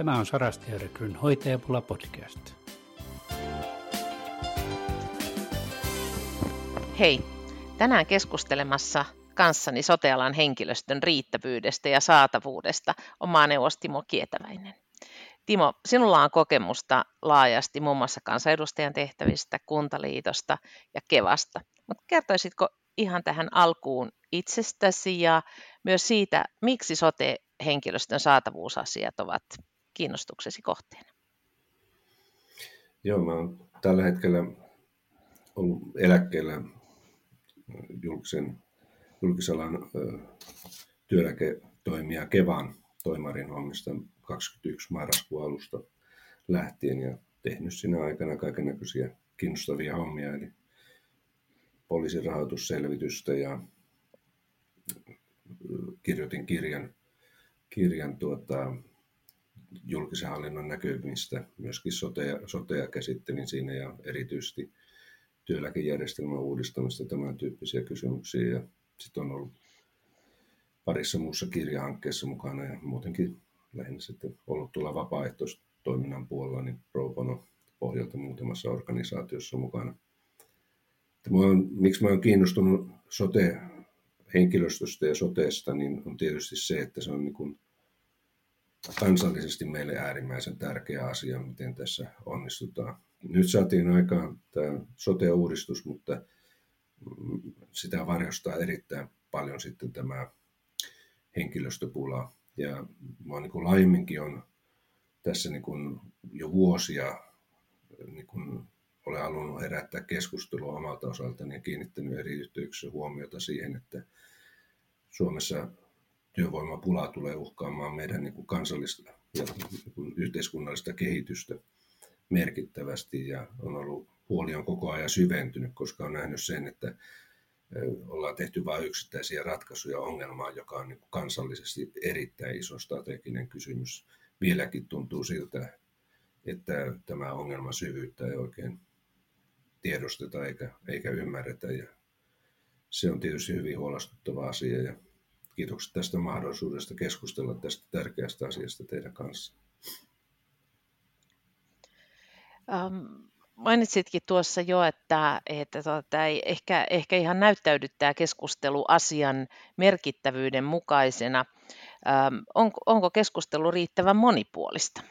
Tämä on Sarastia Rekryn Hoitajapula podcast. Hei, tänään keskustelemassa kanssani sote-alan henkilöstön riittävyydestä ja saatavuudesta on maaneuvos Timo Kietäväinen. Timo, sinulla on kokemusta laajasti muun muassa kansanedustajan tehtävistä, Kuntaliitosta ja Kevasta, mutta kertoisitko ihan tähän alkuun itsestäsi ja myös siitä, miksi sote-henkilöstön saatavuusasiat ovat kiinnostuksesi kohteena? Joo, mä oon tällä hetkellä ollut eläkkeellä julkisalan työeläketoimija Kevan toimarin hommista 21 marraskuun alusta lähtien ja tehnyt siinä aikana kaikennäköisiä kiinnostavia hommia, eli poliisin rahoitusselvitystä ja kirjoitin kirjan julkisen hallinnon näkymistä, myöskin sotea käsittelin siinä ja erityisesti työeläkejärjestelmän uudistamista, tämän tyyppisiä kysymyksiä. Ja sitten on ollut parissa muussa kirjahankkeessa mukana ja muutenkin lähinnä sitten ollut tuolla vapaaehtoistoiminnan puolella, niin pro bono pohjalta muutamassa organisaatiossa mukana. Miksi mä oon kiinnostunut sote-henkilöstöstä ja soteesta, niin on tietysti se, että se on niin kuin kansallisesti meille äärimmäisen tärkeä asia, miten tässä onnistutaan. Nyt saatiin aikaan tämä sote-uudistus, mutta sitä varjostaa erittäin paljon sitten tämä henkilöstöpula. Ja mä niin kuin laajemminkin on tässä niin kuin jo vuosia niin kuin olen halunnut herättää keskustelua omalta osaltani ja kiinnittänyt eri yhteyksissä huomiota siihen, että Suomessa työvoimapula tulee uhkaamaan meidän niin kuin kansallista ja niin kuin yhteiskunnallista kehitystä merkittävästi ja huoli on koko ajan syventynyt, koska on nähnyt sen, että ollaan tehty vain yksittäisiä ratkaisuja ongelmaan, joka on niin kuin kansallisesti erittäin iso strateginen kysymys. Vieläkin tuntuu siltä, että tämä ongelman syvyyttä ei oikein tiedosteta eikä ymmärretä. Ja se on tietysti hyvin huolestuttava asia ja kiitokset tästä mahdollisuudesta keskustella tästä tärkeästä asiasta teidän kanssa. Mainitsitkin tuossa jo, että ei ehkä ihan näyttäydy tämä keskustelu asian merkittävyyden mukaisena. Onko keskustelu riittävän monipuolista?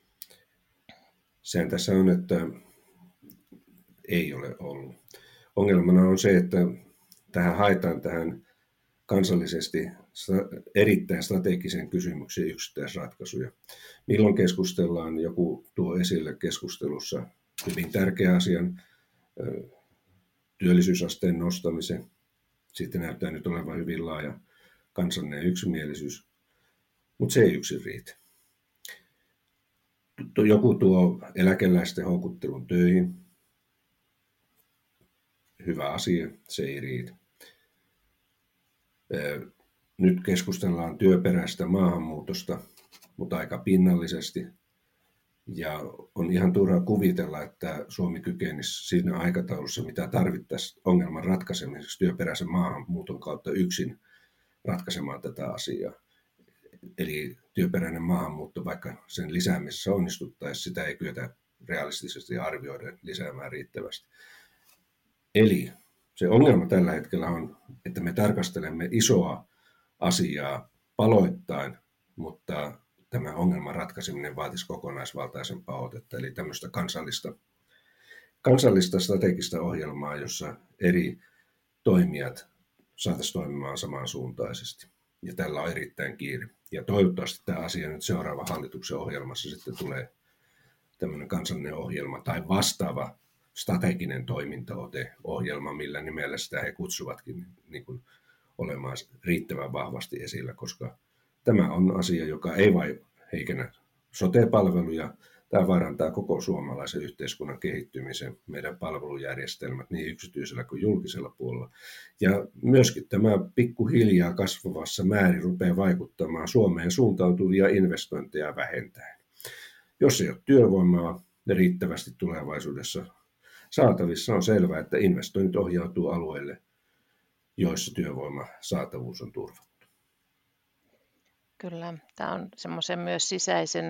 Sehän tässä on, että ei ole ollut. Ongelmana on se, että haetaan tähän kansallisesti erittäin strategisen kysymyksen yksittäisratkaisuja. Milloin keskustellaan, joku tuo esille keskustelussa hyvin tärkeä asian, työllisyysasteen nostamisen. Sitten näyttää nyt olevan hyvin laaja kansallinen yksimielisyys, mutta se ei yksin riitä. Joku tuo eläkeläisten houkuttelun töihin. Hyvä asia, se ei riitä. Nyt keskustellaan työperäistä maahanmuutosta, mutta aika pinnallisesti. Ja on ihan turha kuvitella, että Suomi kykenisi siinä aikataulussa, mitä tarvittaisiin ongelman ratkaisemiseksi työperäisen maahanmuuton kautta yksin ratkaisemaan tätä asiaa. Eli työperäinen maahanmuutto, vaikka sen lisäämisessä onnistuttaisiin, sitä ei kyetä realistisesti arvioida lisäämään riittävästi. Eli se ongelma tällä hetkellä on, että me tarkastelemme isoa asiaa paloittain, mutta tämä ongelman ratkaiseminen vaatisi kokonaisvaltaisempaa otetta, eli tämmöistä kansallista strategista ohjelmaa, jossa eri toimijat saataisiin toimimaan samansuuntaisesti. Ja tällä on erittäin kiire. Ja toivottavasti tämä asia nyt seuraava hallituksen ohjelmassa sitten tulee tämmöinen kansallinen ohjelma tai vastaava strateginen toimintaote-ohjelma, millä nimellä sitä he kutsuvatkin niin kuin olemaan riittävän vahvasti esillä, koska tämä on asia, joka ei vain heikennä sote-palveluja, tämä vaarantaa koko suomalaisen yhteiskunnan kehittymisen, meidän palvelujärjestelmät niin yksityisellä kuin julkisella puolella. Ja myöskin tämä pikkuhiljaa kasvavassa määrin rupeaa vaikuttamaan Suomeen suuntautuvia investointeja vähentäen. Jos ei ole työvoimaa riittävästi tulevaisuudessa saatavissa, on selvää, että investoinnit ohjautuu alueille, joissa työvoiman saatavuus on turvattu. Kyllä, tämä on semmoisen myös sisäisen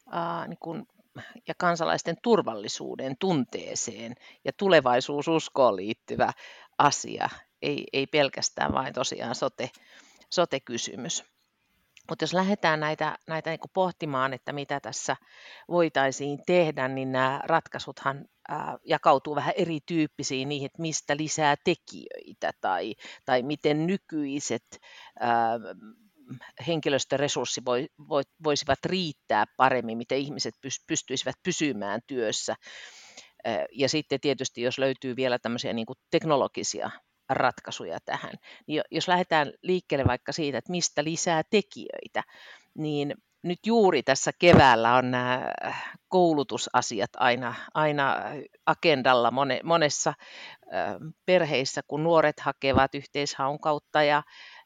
niin kuin, ja kansalaisten turvallisuuden tunteeseen ja tulevaisuususkoon liittyvä asia, ei pelkästään vain tosiaan sote-kysymys. Mutta jos lähdetään näitä niin kuin pohtimaan, että mitä tässä voitaisiin tehdä, niin nämä ratkaisuthan jakautuu vähän erityyppisiin niihin, että mistä lisää tekijöitä tai miten nykyiset henkilöstöresurssit voisivat riittää paremmin, miten ihmiset pystyisivät pysymään työssä. Ja sitten tietysti, jos löytyy vielä tämmöisiä niin kuin teknologisia ratkaisuja tähän, niin jos lähdetään liikkeelle vaikka siitä, että mistä lisää tekijöitä, niin nyt juuri tässä keväällä on nämä koulutusasiat aina agendalla monessa perheissä, kun nuoret hakevat yhteishaun kautta ja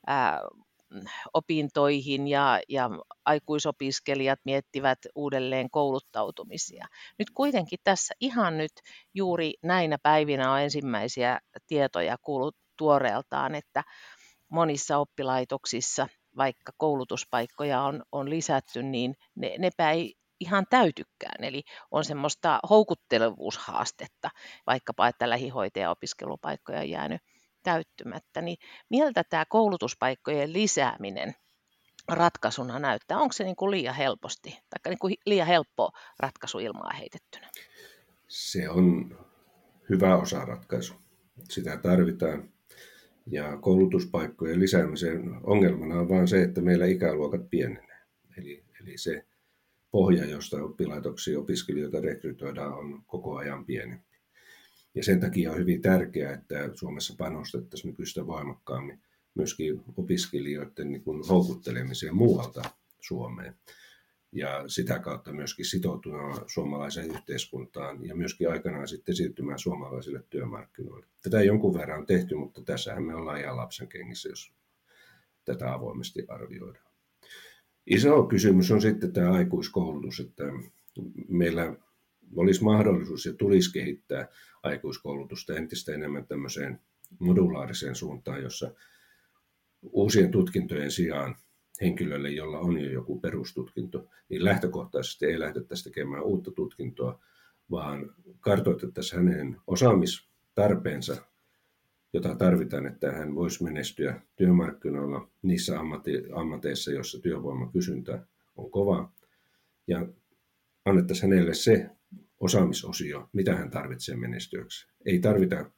opintoihin ja aikuisopiskelijat miettivät uudelleen kouluttautumisia. Nyt kuitenkin tässä ihan nyt juuri näinä päivinä on ensimmäisiä tietoja kuullut tuoreeltaan, että monissa oppilaitoksissa, vaikka koulutuspaikkoja on lisätty, niin nepä ei ihan täytykään. Eli on semmoista houkuttelevuushaastetta, vaikkapa että lähihoitajaopiskelupaikkoja on jäänyt täyttymättä, niin miltä tämä koulutuspaikkojen lisääminen ratkaisuna näyttää? Onko se niin kuin liian helposti tai niin kuin liian helppo ratkaisu ilmaa heitettynä? Se on hyvä osaratkaisu. Sitä tarvitaan. Ja koulutuspaikkojen lisäämisen ongelmana on vain se, että meillä ikäluokat pienenee. Eli se pohja, josta oppilaitoksia opiskelijoita rekrytoidaan, on koko ajan pienempi. Ja sen takia on hyvin tärkeää, että Suomessa panostettaisiin nykyistä voimakkaammin myöskin opiskelijoiden niin kuin houkuttelemiseen muualta Suomeen. Ja sitä kautta myöskin sitoutumaan suomalaiseen yhteiskuntaan ja myöskin aikanaan sitten siirtymään suomalaisille työmarkkinoille. Tätä jonkun verran on tehty, mutta tässähän me ollaan ihan lapsen kengissä, jos tätä avoimesti arvioidaan. Iso kysymys on sitten tämä aikuiskoulutus, että meillä olisi mahdollisuus ja tulisi kehittää aikuiskoulutusta entistä enemmän tämmöiseen modulaariseen suuntaan, jossa uusien tutkintojen sijaan henkilölle, jolla on jo joku perustutkinto, niin lähtökohtaisesti ei lähdettäisi tekemään uutta tutkintoa, vaan kartoitettaisiin hänen osaamistarpeensa, jota tarvitaan, että hän voisi menestyä työmarkkinoilla niissä ammateissa, joissa työvoimakysyntä on kova, ja annettaisiin hänelle se osaamisosio, mitä hän tarvitsee menestyäksi. Ei tarvita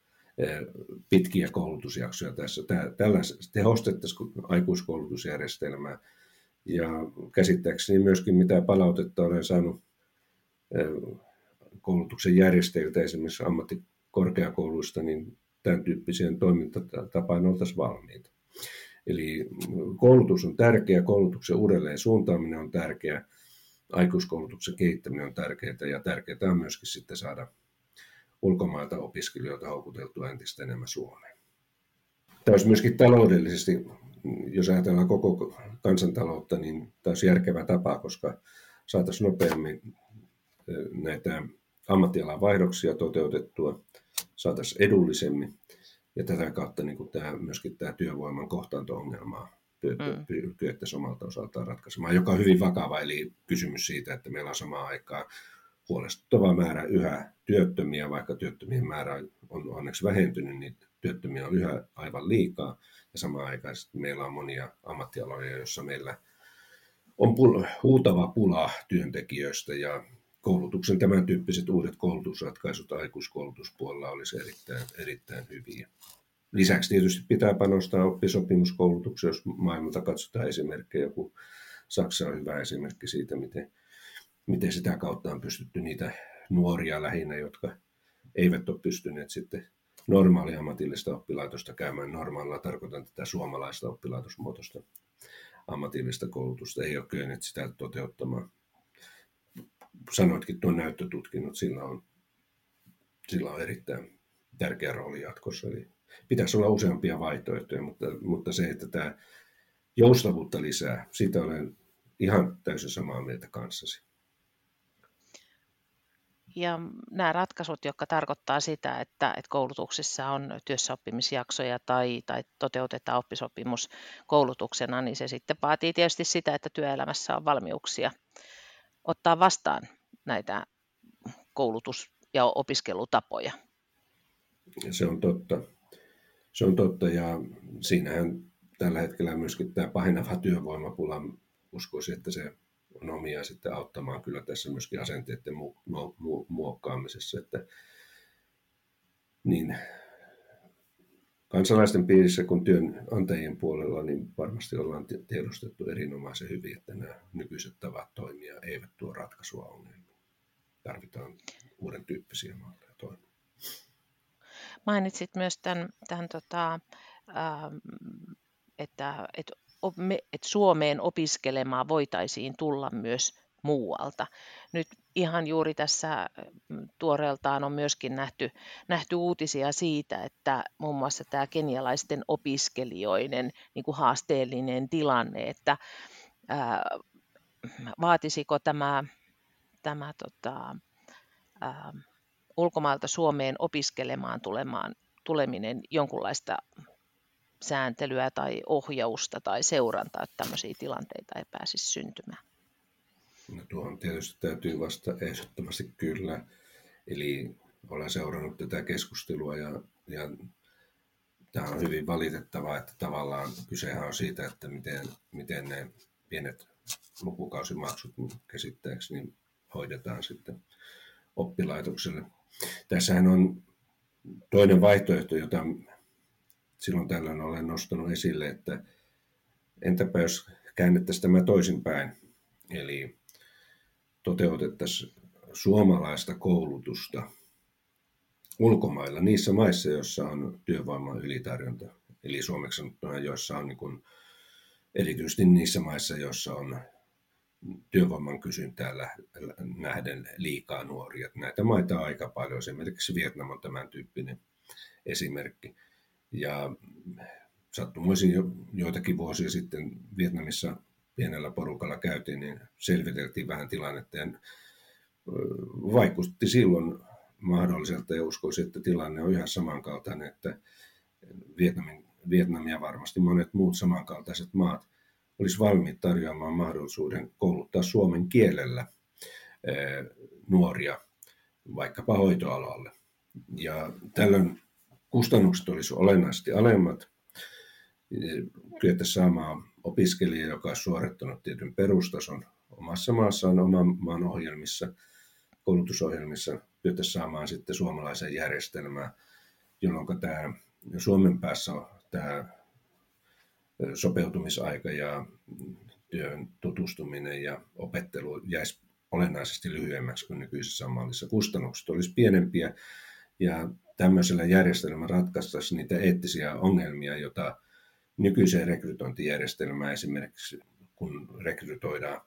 pitkiä koulutusjaksoja tässä. Tällä tehostettaisiin aikuiskoulutusjärjestelmää. Ja käsittääkseni myöskin mitä palautetta olen saanut koulutuksen järjestäjiltä, esimerkiksi ammattikorkeakouluista, niin tämän tyyppiseen toimintatapaan oltaisiin valmiita. Eli koulutus on tärkeä, koulutuksen uudelleen suuntaaminen on tärkeä, aikuiskoulutuksen kehittäminen on tärkeää ja tärkeää on myöskin sitten saada ulkomailta opiskelijoita houkuteltua entistä enemmän Suomeen. Tämä olisi myöskin taloudellisesti, jos ajatellaan koko kansantaloutta, niin tämä olisi järkevä tapa, koska saataisiin nopeammin näitä ammattialan vaihdoksia toteutettua, saataisiin edullisemmin ja tätä kautta niin kuin myöskin tämä työvoiman kohtaanto-ongelmaa kyettäisiin omalta osaltaan ratkaisemaan, joka on hyvin vakava, eli kysymys siitä, että meillä on samaan aikaan huolestuttava määrä yhä työttömiä, vaikka työttömien määrä on onneksi vähentynyt, niin työttömiä on yhä aivan liikaa. Ja samaan aikaan meillä on monia ammattialoja, joissa meillä on huutava pula työntekijöistä ja koulutuksen tämän tyyppiset uudet koulutusratkaisut aikuiskoulutuspuolella olisi erittäin hyviä. Lisäksi tietysti pitää panostaa oppisopimuskoulutukseen, jos maailmalta katsotaan esimerkkejä, kun Saksa on hyvä esimerkki siitä, miten sitä kautta on pystytty niitä nuoria lähinnä, jotka eivät ole pystyneet sitten normaalia ammatillista oppilaitosta käymään. Normaalilla tarkoitan tätä suomalaista oppilaitosmuotoista ammatillista koulutusta. Ei ole kyenneet sitä toteuttamaan. Sanoitkin tuon näyttötutkinnot, sillä on erittäin tärkeä rooli jatkossa. Eli pitäisi olla useampia vaihtoehtoja, mutta se, että tämä joustavuutta lisää, siitä olen ihan täysin samaa mieltä kanssasi. Ja nämä ratkaisut, jotka tarkoittaa sitä, että koulutuksissa on työssäoppimisjaksoja tai toteutetaan oppisopimuskoulutuksena, niin se sitten vaatii tietysti sitä, että työelämässä on valmiuksia ottaa vastaan näitä koulutus- ja opiskelutapoja. Se on totta. Se on totta, ja siinähän tällä hetkellä myöskin tämä paheneva työvoimapula, uskoisin, että se on omiaan sitten auttamaan kyllä tässä myöskin asenteiden muokkaamisessa, että niin kansalaisten piirissä kuin työnantajien puolella, niin varmasti ollaan tiedostettu erinomaisen hyvin, että nämä nykyiset tavat toimia eivät tuo ratkaisua ongelmiin. Tarvitaan uuden tyyppisiä malleja toimia. Mainitsit myös että Suomeen opiskelemaan voitaisiin tulla myös muualta. Nyt ihan juuri tässä tuoreeltaan on myöskin nähty uutisia siitä, että muun muassa tämä kenialaisten opiskelijoiden niin kuin haasteellinen tilanne, että vaatisiko tämä ulkomailta Suomeen opiskelemaan tuleminen jonkunlaista sääntelyä tai ohjausta tai seurantaa, että tämmöisiä tilanteita ei pääsisi syntymään? No tuohon tietysti täytyy vastata ehdottomasti kyllä. Eli olen seurannut tätä keskustelua ja tämä on hyvin valitettavaa, että tavallaan kysehän on siitä, että miten ne pienet lukukausimaksut käsittääkseni hoidetaan sitten oppilaitokselle. Tässähän on toinen vaihtoehto, jota silloin tällöin olen nostanut esille, että entäpä jos käännettäisiin tämä toisinpäin, eli toteutettaisiin suomalaista koulutusta ulkomailla niissä maissa, joissa on työvoiman ylitarjonta, eli suomeksi sanottuna, joissa on niin kuin, erityisesti niissä maissa, joissa on työvoiman kysyntää nähden liikaa nuoria. Näitä maita on aika paljon, esimerkiksi Vietnam on tämän tyyppinen esimerkki. Ja sattumoisin joitakin vuosia sitten Vietnamissa pienellä porukalla käytiin, niin selviteltiin vähän tilannetta ja vaikutti silloin mahdolliselta ja uskoisin, että tilanne on ihan samankaltainen, että Vietnam ja varmasti monet muut samankaltaiset maat olisi valmiit tarjoamaan mahdollisuuden kouluttaa suomen kielellä nuoria vaikkapa hoitoalalle. Ja tällöin kustannukset olisivat olennaisesti alemmat. Kyettäisiin saamaan opiskelija, joka on suorittanut tietyn perustason omassa maassaan, oman maan ohjelmissa, koulutusohjelmissa, kyettäisiin saamaan sitten suomalaisen järjestelmään, jolloin tämä Suomen päässä on tämä sopeutumisaika ja työn tutustuminen ja opettelu jäisi olennaisesti lyhyemmäksi kuin nykyisessä mallissa. Kustannukset olisi pienempiä ja tämmöisellä järjestelmällä ratkaistaisiin niitä eettisiä ongelmia, joita nykyiseen rekrytointijärjestelmään esimerkiksi, kun rekrytoidaan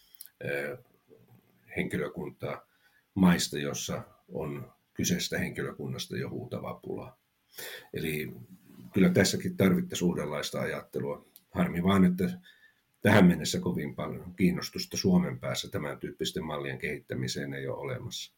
henkilökuntaa maista, jossa on kyseistä henkilökunnasta jo huutava pula. Eli kyllä tässäkin tarvittaisiin uudenlaista ajattelua. Harmi vaan, että tähän mennessä kovin paljon kiinnostusta Suomen päässä tämän tyyppisten mallien kehittämiseen ei ole olemassa.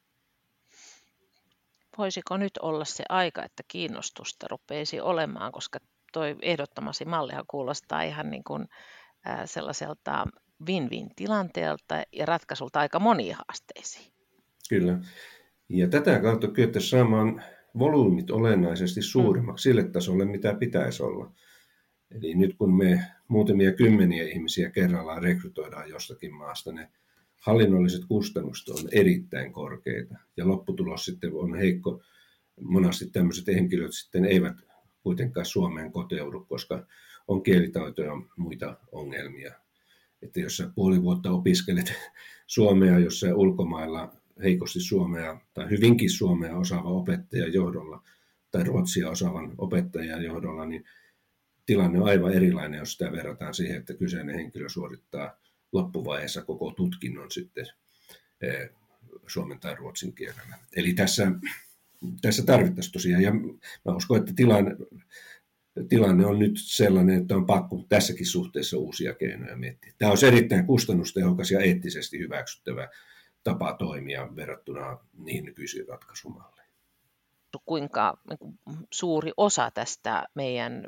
Voisiko nyt olla se aika, että kiinnostusta rupeisi olemaan, koska toi ehdottomasti mallihan kuulostaa ihan niin kuin sellaiselta win-win-tilanteelta ja ratkaisulta aika moniin haasteisiin. Kyllä. Ja tätä kautta kyettäisiin saamaan volyymit olennaisesti suuremmaksi sille tasolle, mitä pitäisi olla. Eli nyt kun me muutamia kymmeniä ihmisiä kerrallaan rekrytoidaan jostakin maasta, ne hallinnolliset kustannukset on erittäin korkeita ja lopputulos sitten on heikko. Monasti tämmöiset henkilöt sitten eivät kuitenkaan Suomeen koteudu, koska on kielitaito ja muita ongelmia. Että jos sä puoli vuotta opiskelet suomea, jos sä ulkomailla heikosti suomea tai hyvinkin suomea osaava opettajan johdolla tai ruotsia osaavan opettajan johdolla, niin tilanne on aivan erilainen, jos sitä verrataan siihen, että kyseinen henkilö suorittaa loppuvaiheessa koko tutkinnon sitten suomen tai ruotsin kielellä. Eli tässä tarvittaisiin tosiaan, ja mä uskon, että tilanne on nyt sellainen, että on pakko tässäkin suhteessa uusia keinoja miettiä. Tämä on erittäin kustannustehokas ja eettisesti hyväksyttävä tapa toimia verrattuna niihin nykyisiin ratkaisumalleihin. Kuinka suuri osa tästä meidän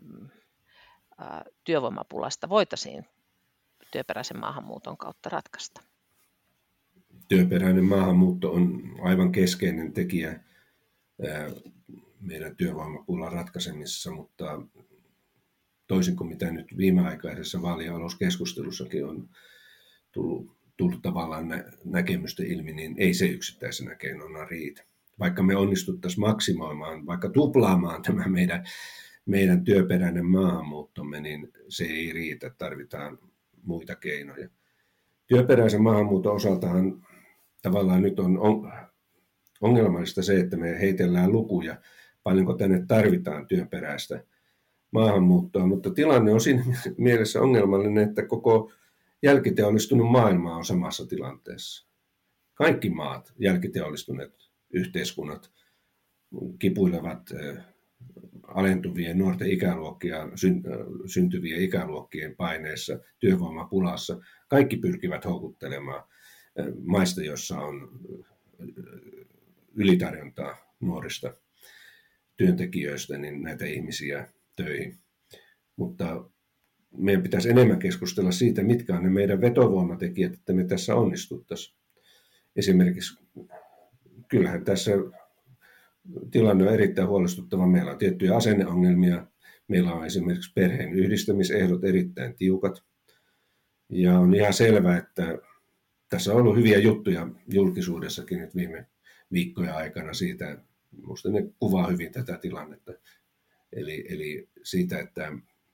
työvoimapulasta voitaisiin työperäisen maahanmuuton kautta ratkaista? Työperäinen maahanmuutto on aivan keskeinen tekijä meidän työvoimapulan ratkaisemisessa, mutta toisin kuin mitä nyt viimeaikaisessa vaalialouskeskustelussakin on tullut tavallaan näkemystä ilmi, niin ei se yksittäisenä keinona riitä. Vaikka me onnistuttaisiin maksimoimaan, vaikka tuplaamaan tämä meidän työperäinen maahanmuuttomme, niin se ei riitä, tarvitaan muita keinoja. Työperäisen maahanmuuton osaltahan tavallaan nyt on ongelmallista se, että me heitellään lukuja, paljonko tänne tarvitaan työperäistä maahanmuuttoa, mutta tilanne on siinä mielessä ongelmallinen, että koko jälkiteollistunut maailma on samassa tilanteessa. Kaikki maat, jälkiteollistuneet yhteiskunnat kipuilevat alentuvien nuorten ikäluokkia, syntyvien ikäluokkien paineessa, työvoimapulassa. Kaikki pyrkivät houkuttelemaan maista, joissa on ylitarjontaa nuorista työntekijöistä, niin näitä ihmisiä töihin. Mutta meidän pitäisi enemmän keskustella siitä, mitkä on ne meidän vetovoimatekijät, että me tässä onnistuttaisiin. Esimerkiksi kyllähän tässä tilanne on erittäin huolestuttava. Meillä on tiettyjä asenneongelmia. Meillä on esimerkiksi perheen yhdistämisehdot erittäin tiukat. Ja on ihan selvää, että tässä on ollut hyviä juttuja julkisuudessakin nyt viime viikkojen aikana siitä. Minusta ne kuvaa hyvin tätä tilannetta. Eli siitä, että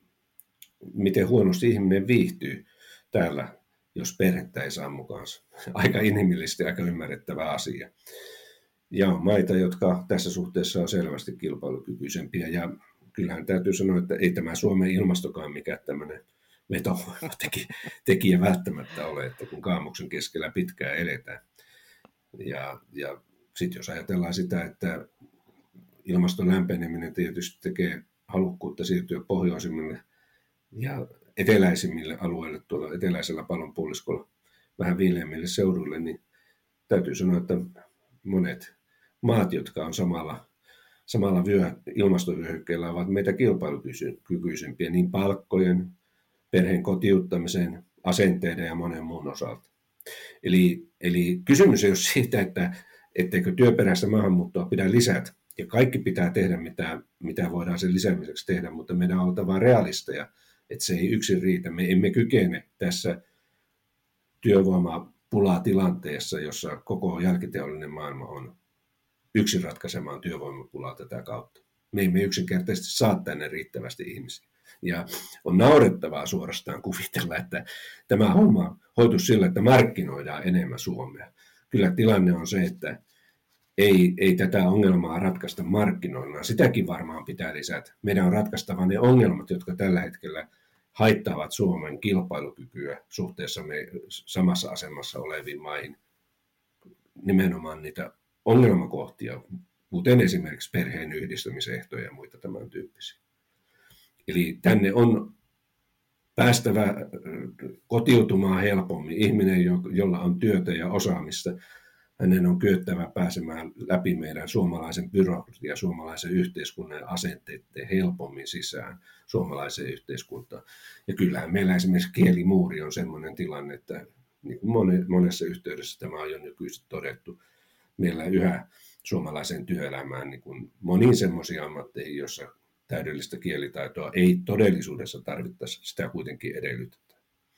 miten huonosti ihminen viihtyy täällä, jos perhettä ei saa mukaansa. Aika inhimillisesti, aika ymmärrettävä asia. Ja on maita, jotka tässä suhteessa on selvästi kilpailukykyisempiä. Ja kyllähän täytyy sanoa, että ei tämä Suomen ilmastokaan mikään tämmöinen vetovoimatekijä välttämättä ole, että kun kaamuksen keskellä pitkään eletään. Ja sitten jos ajatellaan sitä, että ilmaston lämpeneminen tietysti tekee halukkuutta siirtyä pohjoisimmille ja eteläisimmille alueille tuolla eteläisellä pallonpuoliskolla vähän viileämmille seuduille, niin täytyy sanoa, että monet maat, jotka on samalla ilmastovyöhykkeellä, ovat meitä kilpailukykyisempiä niin palkkojen, perheen kotiuttamisen, asenteiden ja monen muun osalta. Eli kysymys ei ole siitä, etteikö työperäistä maahanmuuttoa pidä lisätä, ja kaikki pitää tehdä, mitä voidaan sen lisäämiseksi tehdä, mutta meidän on oltava realisteja, että se ei yksin riitä. Me emme kykene tässä työvoimapulatilanteessa, jossa koko jälkiteollinen maailma on yksin ratkaisemaan työvoimapulaa tätä kautta. Me emme yksinkertaisesti saa tänne riittävästi ihmisiä. Ja on naurettavaa suorastaan kuvitella, että tämä homma hoituisi sillä, että markkinoidaan enemmän Suomea. Kyllä tilanne on se, että ei tätä ongelmaa ratkaista markkinoilla. Sitäkin varmaan pitää lisätä. Meidän on ratkaistava ne ongelmat, jotka tällä hetkellä haittaavat Suomen kilpailukykyä suhteessa me samassa asemassa oleviin maihin. Nimenomaan niitä ongelmakohtia, kuten esimerkiksi perheen yhdistämisehtoja ja muita tämän tyyppisiä. Eli tänne on päästävä kotiutumaan helpommin. Ihminen, jolla on työtä ja osaamista, hänen on kyettävä pääsemään läpi meidän suomalaisen byrokratian ja suomalaisen yhteiskunnan asenteiden helpommin sisään suomalaiseen yhteiskuntaan. Ja kyllähän meillä esimerkiksi kielimuuri on sellainen tilanne, että niin kuin monessa yhteydessä tämä on jo nykyisin todettu, meillä yhä suomalaiseen työelämään niin kuin moniin semmoisiin ammatteihin, joissa täydellistä kielitaitoa ei todellisuudessa tarvittaisi, sitä kuitenkin edellytetään.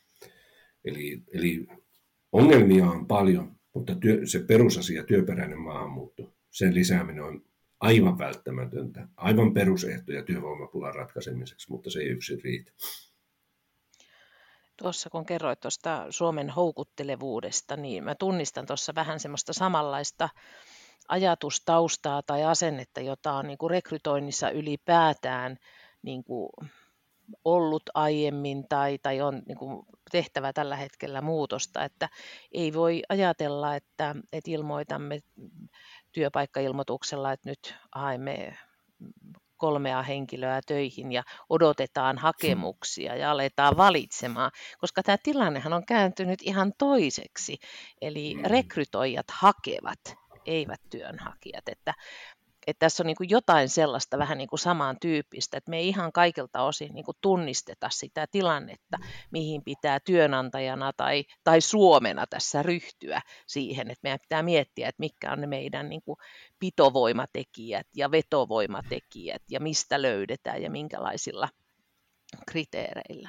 Eli ongelmia on paljon, mutta se perusasia, työperäinen maahanmuutto, sen lisääminen on aivan välttämätöntä, aivan perusehtoja työvoimapulan ratkaisemiseksi, mutta se ei yksin riitä. Tuossa kun kerroit tuosta Suomen houkuttelevuudesta, niin mä tunnistan tuossa vähän semmoista samanlaista ajatustaustaa tai asennetta, jota on niin kuin rekrytoinnissa ylipäätään niin kuin ollut aiemmin tai on niin kuin tehtävä tällä hetkellä muutosta, että ei voi ajatella, että ilmoitamme työpaikkailmoituksella, että nyt haemme 3 henkilöä töihin ja odotetaan hakemuksia ja aletaan valitsemaan, koska tämä tilannehan on kääntynyt ihan toiseksi, eli rekrytoijat hakevat, eivät työnhakijat, että että tässä on niin kuin jotain sellaista vähän niin kuin samantyyppistä, että me ei ihan kaikilta osin niin kuin tunnisteta sitä tilannetta, mihin pitää työnantajana tai Suomena tässä ryhtyä siihen, että meidän pitää miettiä, että mitkä on ne meidän niin kuin pitovoimatekijät ja vetovoimatekijät ja mistä löydetään ja minkälaisilla kriteereillä.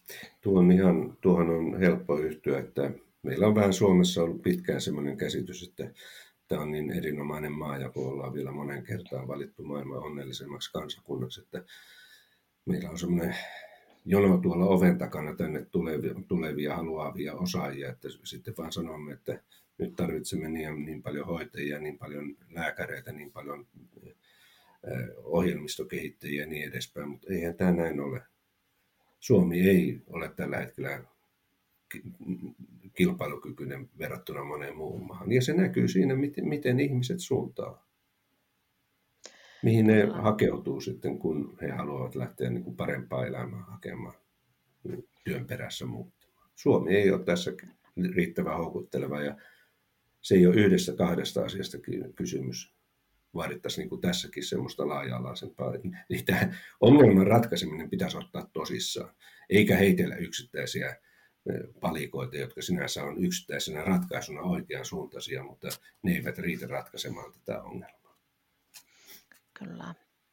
Tuohon on helppo yhtyä, että meillä on vähän Suomessa ollut pitkään sellainen käsitys, että tämä on niin erinomainen maa ja kun ollaan vielä monen kertaan valittu maailman onnellisemmaksi kansakunnaksi, että meillä on semmoinen jono tuolla oven takana tänne tulevia haluavia osaajia, että sitten vaan sanomme, että nyt tarvitsemme niin paljon hoitajia, niin paljon lääkäreitä, niin paljon ohjelmistokehittäjiä ja niin edespäin, mutta eihän tämä näin ole. Suomi ei ole tällä hetkellä kilpailukykyinen verrattuna moneen muuhun maahan. Ja se näkyy siinä, miten ihmiset suuntaa. Mihin ne hakeutuu sitten, kun he haluavat lähteä niin kuin parempaa elämää hakemaan työn perässä muuttamaan. Suomi ei ole tässä riittävän houkutteleva ja se ei ole yhdestä kahdesta asiasta kysymys. Vaadittaisiin niin kuin tässäkin semmoista laaja-alaisempaa. Eli tämä ongelman ratkaiseminen pitäisi ottaa tosissaan, eikä heitellä yksittäisiä palikoita, jotka sinänsä on yksittäisenä ratkaisuna oikean suuntaisia, mutta ne eivät riitä ratkaisemaan tätä ongelmaa. Kyllä.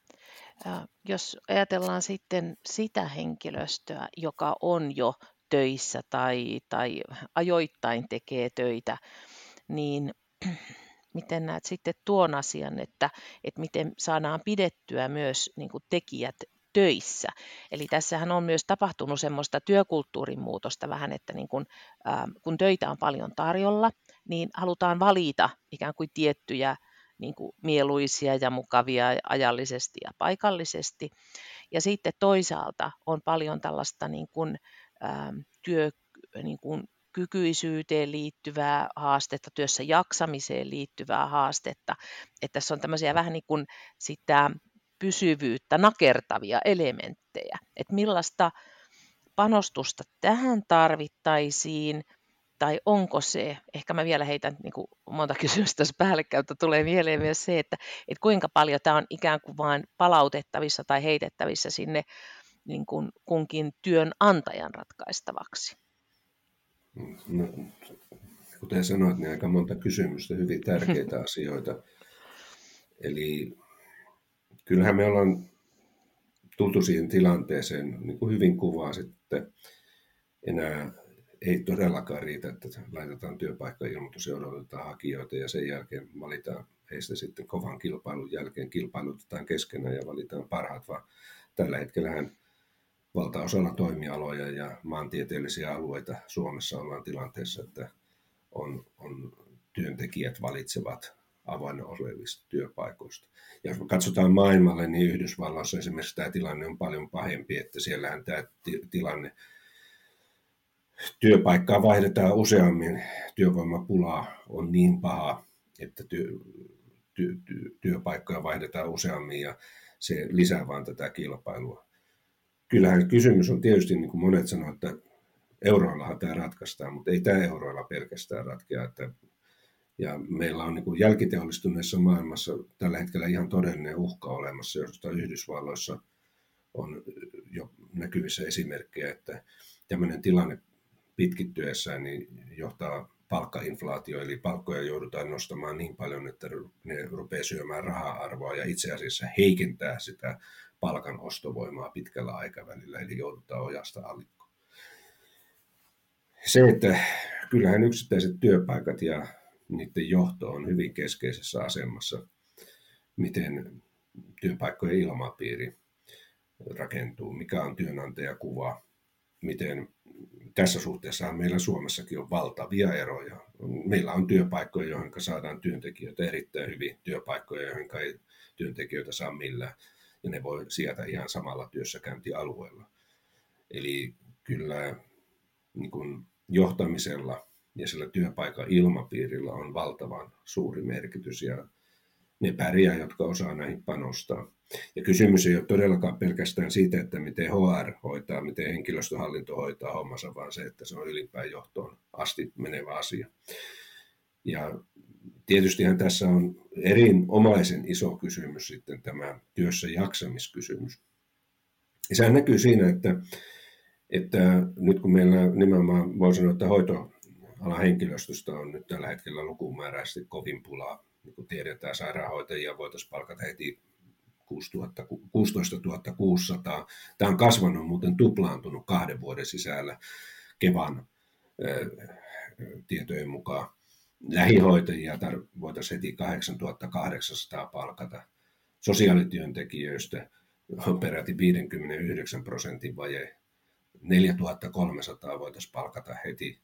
Jos ajatellaan sitten sitä henkilöstöä, joka on jo töissä tai ajoittain tekee töitä, niin miten näet sitten tuon asian, että miten saadaan pidettyä myös niin kuin tekijät töissä. Eli tässähän on myös tapahtunut semmoista työkulttuurin muutosta vähän, että niin kun töitä on paljon tarjolla, niin halutaan valita ikään kuin tiettyjä niin kuin mieluisia ja mukavia ajallisesti ja paikallisesti. Ja sitten toisaalta on paljon tällaista niin kuin, kykyisyyteen liittyvää haastetta, työssä jaksamiseen liittyvää haastetta. Että tässä on tämmöisiä vähän niin kuin sitä pysyvyyttä nakertavia elementtejä. Että millaista panostusta tähän tarvittaisiin, tai onko se, ehkä mä vielä heitän niin kuin monta kysymystä tässä päällekkäyttä, tulee mieleen myös se, että kuinka paljon tämä on ikään kuin vain palautettavissa tai heitettävissä sinne niin kuin kunkin työnantajan ratkaistavaksi. No, kuten sanoit, niin aika monta kysymystä, hyvin tärkeitä asioita. Eli kyllähän me ollaan tultu siihen tilanteeseen, niin kuin hyvin kuvaa sitten, enää ei todellakaan riitä, että laitetaan työpaikkailmoitus ja odotetaan hakijoita ja sen jälkeen valitaan heistä sitten kovan kilpailun jälkeen, kilpailutetaan keskenään ja valitaan parhaat, vaan tällä hetkellähän valtaosalla toimialoja ja maantieteellisiä alueita Suomessa ollaan tilanteessa, että on työntekijät valitsevat avoinna olevista työpaikoista. Ja jos me katsotaan maailmalle, niin Yhdysvalloissa esimerkiksi tämä tilanne on paljon pahempi, että siellähän tämä tilanne, työpaikkaa vaihdetaan useammin, työvoimapula on niin paha, että työpaikkoja vaihdetaan useammin ja se lisää vaan tätä kilpailua. Kyllähän kysymys on tietysti, niin kuin monet sanoo, että euroillahan tämä ratkaistaan, mutta ei tämä euroilla pelkästään ratkea. Ja meillä on niin kuin jälkiteollistuneessa maailmassa tällä hetkellä ihan todellinen uhka olemassa, josta Yhdysvalloissa on jo näkyvissä esimerkkejä, että tämmöinen tilanne pitkittyessään niin johtaa palkkainflaatio, eli palkkoja joudutaan nostamaan niin paljon, että ne rupeaa syömään raha-arvoa ja itse asiassa heikentää sitä palkan ostovoimaa pitkällä aikavälillä, eli joudutaan ojasta allikkoon. Se, että kyllähän yksittäiset työpaikat ja niiden johto on hyvin keskeisessä asemassa, miten työpaikkojen ilmapiiri rakentuu, mikä on työnantajakuva, miten tässä suhteessa meillä Suomessakin on valtavia eroja. Meillä on työpaikkoja, joihin saadaan työntekijöitä erittäin hyvin, työpaikkoja, joihin ei työntekijöitä saa millään, ja ne voi sieltä ihan samalla työssäkäyntialueella. Eli kyllä niin kuin johtamisella ja sillä työpaikan ilmapiirillä on valtavan suuri merkitys, ja ne pärjää, jotka osaa näihin panostaa. Ja kysymys ei ole todellakaan pelkästään siitä, että miten HR hoitaa, miten henkilöstöhallinto hoitaa hommansa, vaan se, että se on ylimpään johtoon asti menevä asia. Ja tietystihän tässä on erinomaisen iso kysymys sitten tämä työssä jaksamiskysymys. Ja sehän näkyy siinä, että nyt kun meillä nimenomaan voi sanoa, että hoitoalan henkilöstöstä on nyt tällä hetkellä lukumääräisesti kovin pulaa. Niin kuin tiedetään, sairaanhoitajia voitaisiin palkata heti 16 600. Tämä on kasvanut, muuten tuplaantunut 2 vuoden sisällä Kevan tietojen mukaan. Lähihoitajia voitaisiin heti 8 800 palkata. Sosiaalityöntekijöistä on peräti 59% vaje. 4 300 voitaisiin palkata heti.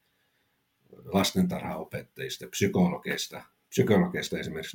Lastentarhaopettajista, psykologeista esimerkiksi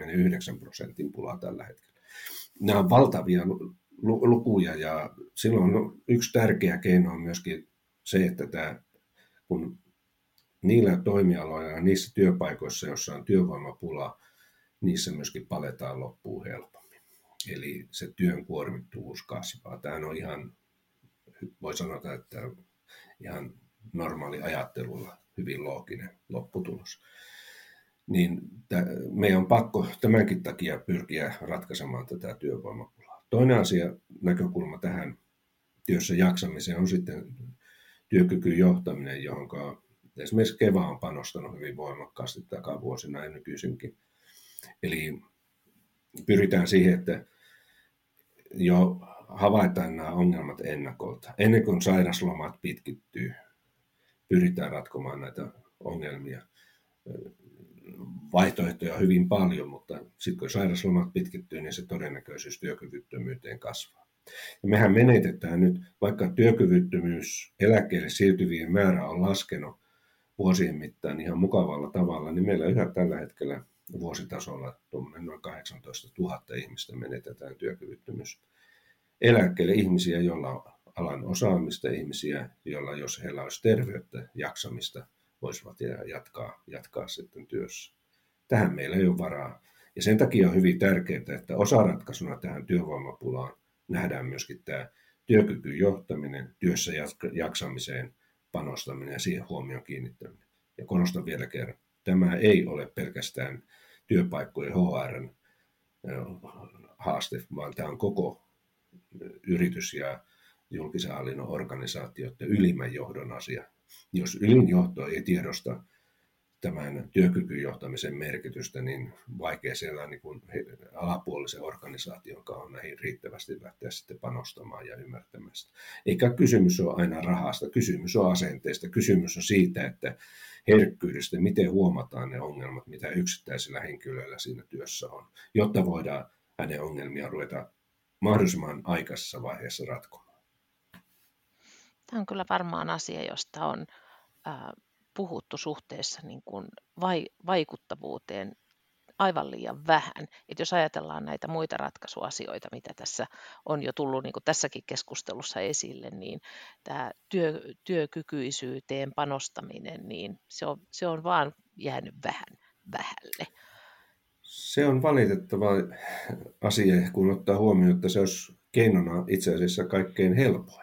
49% pulaa tällä hetkellä. Nämä on valtavia lukuja ja silloin yksi tärkeä keino on myöskin se, että kun niillä toimialoilla ja niissä työpaikoissa, joissa on työvoimapula, niissä myöskin paletaan loppuun helpommin. Eli se työn kuormittuvuus kasvaa. Tämä on ihan, voi sanoa, että ihan normaali ajattelulla hyvin looginen lopputulos. Niin meidän on pakko tämänkin takia pyrkiä ratkaisemaan tätä työvoimapulaa. Toinen asia, näkökulma tähän työssä jaksamiseen on sitten työkykyjohtaminen, johon esimerkiksi Keva on panostanut hyvin voimakkaasti takavuosina ja nykyisinkin. Eli pyritään siihen, että jo havaitaan nämä ongelmat ennakolta. Ennen kuin sairaslomat pitkittyy, pyritään ratkomaan näitä ongelmia. Vaihtoehtoja on hyvin paljon, mutta sitten kun sairaslomat pitkittyy, niin se todennäköisyys työkyvyttömyyteen kasvaa. Ja mehän menetetään nyt, vaikka työkyvyttömyys eläkkeelle siirtyvien määrä on laskenut vuosien mittaan ihan mukavalla tavalla, niin meillä yhä tällä hetkellä vuositasolla noin 18 000 ihmistä menetetään työkyvyttömyys eläkkeelle, ihmisiä, joilla on alan osaamista, ihmisiä, joilla jos heillä olisi terveyttä, jaksamista, voisivat jatkaa sitten työssä. Tähän meillä ei ole varaa. Ja sen takia on hyvin tärkeää, että osaratkaisuna tähän työvoimapulaan nähdään myöskin tämä työkykyjohtaminen, työssä jaksamiseen panostaminen ja siihen huomioon kiinnittäminen. Ja korostan vielä kerran, tämä ei ole pelkästään työpaikkojen HR:n haaste, vaan tämä on koko yritys- ja julkisen hallinnon organisaatioiden ylimmän johdon asia. Jos ylin johto ei tiedosta tämän työkykyjohtamisen merkitystä, niin vaikea siellä niin kuin alapuolisen organisaation kanssa on näihin riittävästi lähteä sitten panostamaan ja ymmärtämään sitä. Eikä kysymys ole aina rahasta, kysymys on asenteesta, kysymys on siitä, että herkkyydestä, miten huomataan ne ongelmat, mitä yksittäisellä henkilöllä siinä työssä on, jotta voidaan hänen ongelmia ruveta mahdollisimman aikaisessa vaiheessa ratkomaan. Tämä on kyllä varmaan asia, josta on puhuttu suhteessa niin kuin vaikuttavuuteen aivan liian vähän. Et jos ajatellaan näitä muita ratkaisuasioita, mitä tässä on jo tullut niin kuin tässäkin keskustelussa esille, niin tämä työkykyisyyteen panostaminen, niin se on vaan jäänyt vähälle. Se on valitettava asia, kun ottaa huomioon, että se olisi keinona itse asiassa kaikkein helpoin.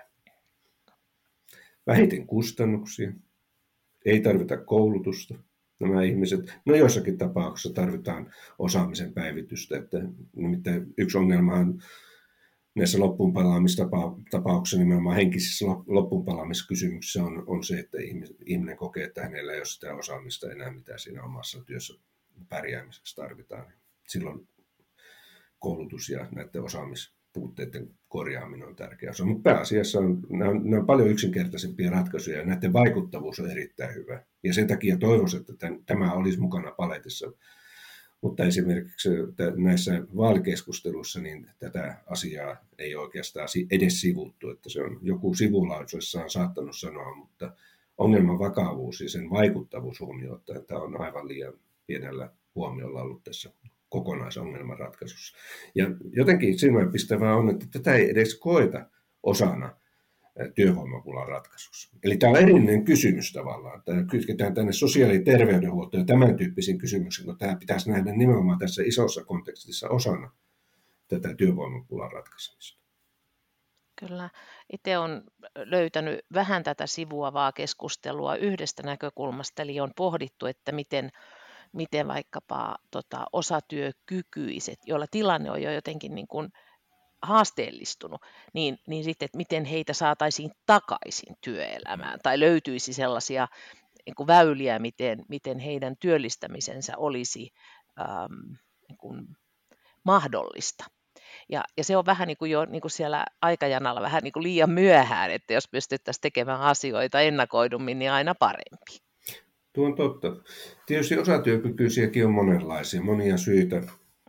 Vähiten kustannuksia, ei tarvita koulutusta. Nämä ihmiset, joissakin tapauksissa tarvitaan osaamisen päivitystä. Että nimittäin yksi ongelmahan näissä loppuunpalaamistapauksissa, nimenomaan henkisissä loppuunpalaamiskysymyksissä on se, että ihminen kokee, että hänellä ei ole sitä osaamista enää, mitä siinä omassa työssä pärjäämisessä tarvitaan. Silloin koulutus ja näiden osaamispuutteiden korjaaminen on tärkeää. Mutta pääasiassa nämä on paljon yksinkertaisempia ratkaisuja ja näiden vaikuttavuus on erittäin hyvä. Ja sen takia toivoisin, että tämä olisi mukana paletissa. Mutta esimerkiksi näissä vaalikeskusteluissa niin tätä asiaa ei oikeastaan edes sivuttu, että se on joku sivulauseessaan saattanut sanoa, mutta ongelman vakavuus ja sen vaikuttavuus huomioon, että tämä on aivan liian pienellä huomiolla ollut tässä kokonaisongelman ratkaisussa. Ja jotenkin silmäänpistävää on, että tätä ei edes koeta osana työvoimapulan ratkaisussa. Eli tämä on erillinen kysymys tavallaan. Tämä kytketään tänne sosiaali- ja terveydenhuoltoon ja tämän tyyppisiin kysymyksiin, mutta tämä pitäisi nähdä nimenomaan tässä isossa kontekstissa osana tätä työvoimapulan ratkaisemista. Kyllä. Itse olen löytänyt vähän tätä sivuavaa keskustelua yhdestä näkökulmasta, eli on pohdittu, että miten vaikkapa osatyökykyiset, joilla tilanne on jo jotenkin niin kuin haasteellistunut, niin sitten, että miten heitä saataisiin takaisin työelämään tai löytyisi sellaisia niin kuin väyliä, miten heidän työllistämisensä olisi niin kuin mahdollista. Ja se on vähän niin kuin jo niin kuin siellä aikajanalla vähän niin kuin liian myöhään, että jos pystyttäisiin tekemään asioita ennakoidummin, niin aina parempi. Tuo on totta. Tietysti osatyökykyisiäkin on monenlaisia, monia syitä,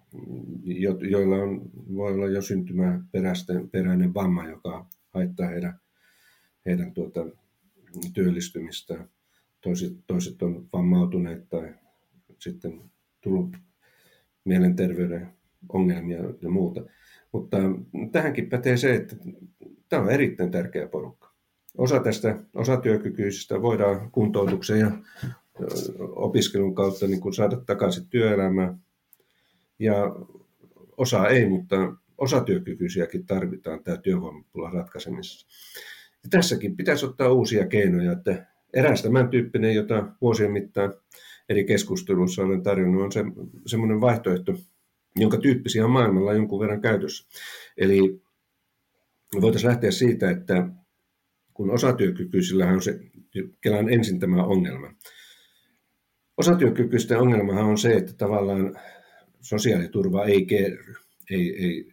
joilla voi olla jo syntymäperäinen vamma, joka haittaa heidän työllistymistään. Toiset on vammautuneet tai sitten tullut mielenterveyden ongelmia ja muuta. Mutta tähänkin pätee se, että tämä on erittäin tärkeä porukka. Osa tästä osatyökykyisistä voidaan kuntoutuksen ja opiskelun kautta niin kuin saada takaisin työelämään. Ja osa ei, mutta osatyökykyisiäkin tarvitaan tämä työvoimapulan ratkaisemisessa. Ja tässäkin pitäisi ottaa uusia keinoja, että eräs tämän tyyppinen, jota vuosien mittaan eri keskusteluissa olen tarjonnut, on semmoinen vaihtoehto, jonka tyyppisiä on maailmalla jonkun verran käytössä. Eli voitaisiin lähteä siitä, että kun osatyökykyisillähän on se, kelaan ensin tämä ongelma. Osatyökykyisten ongelmahan on se, että tavallaan sosiaaliturva ei kerry, ei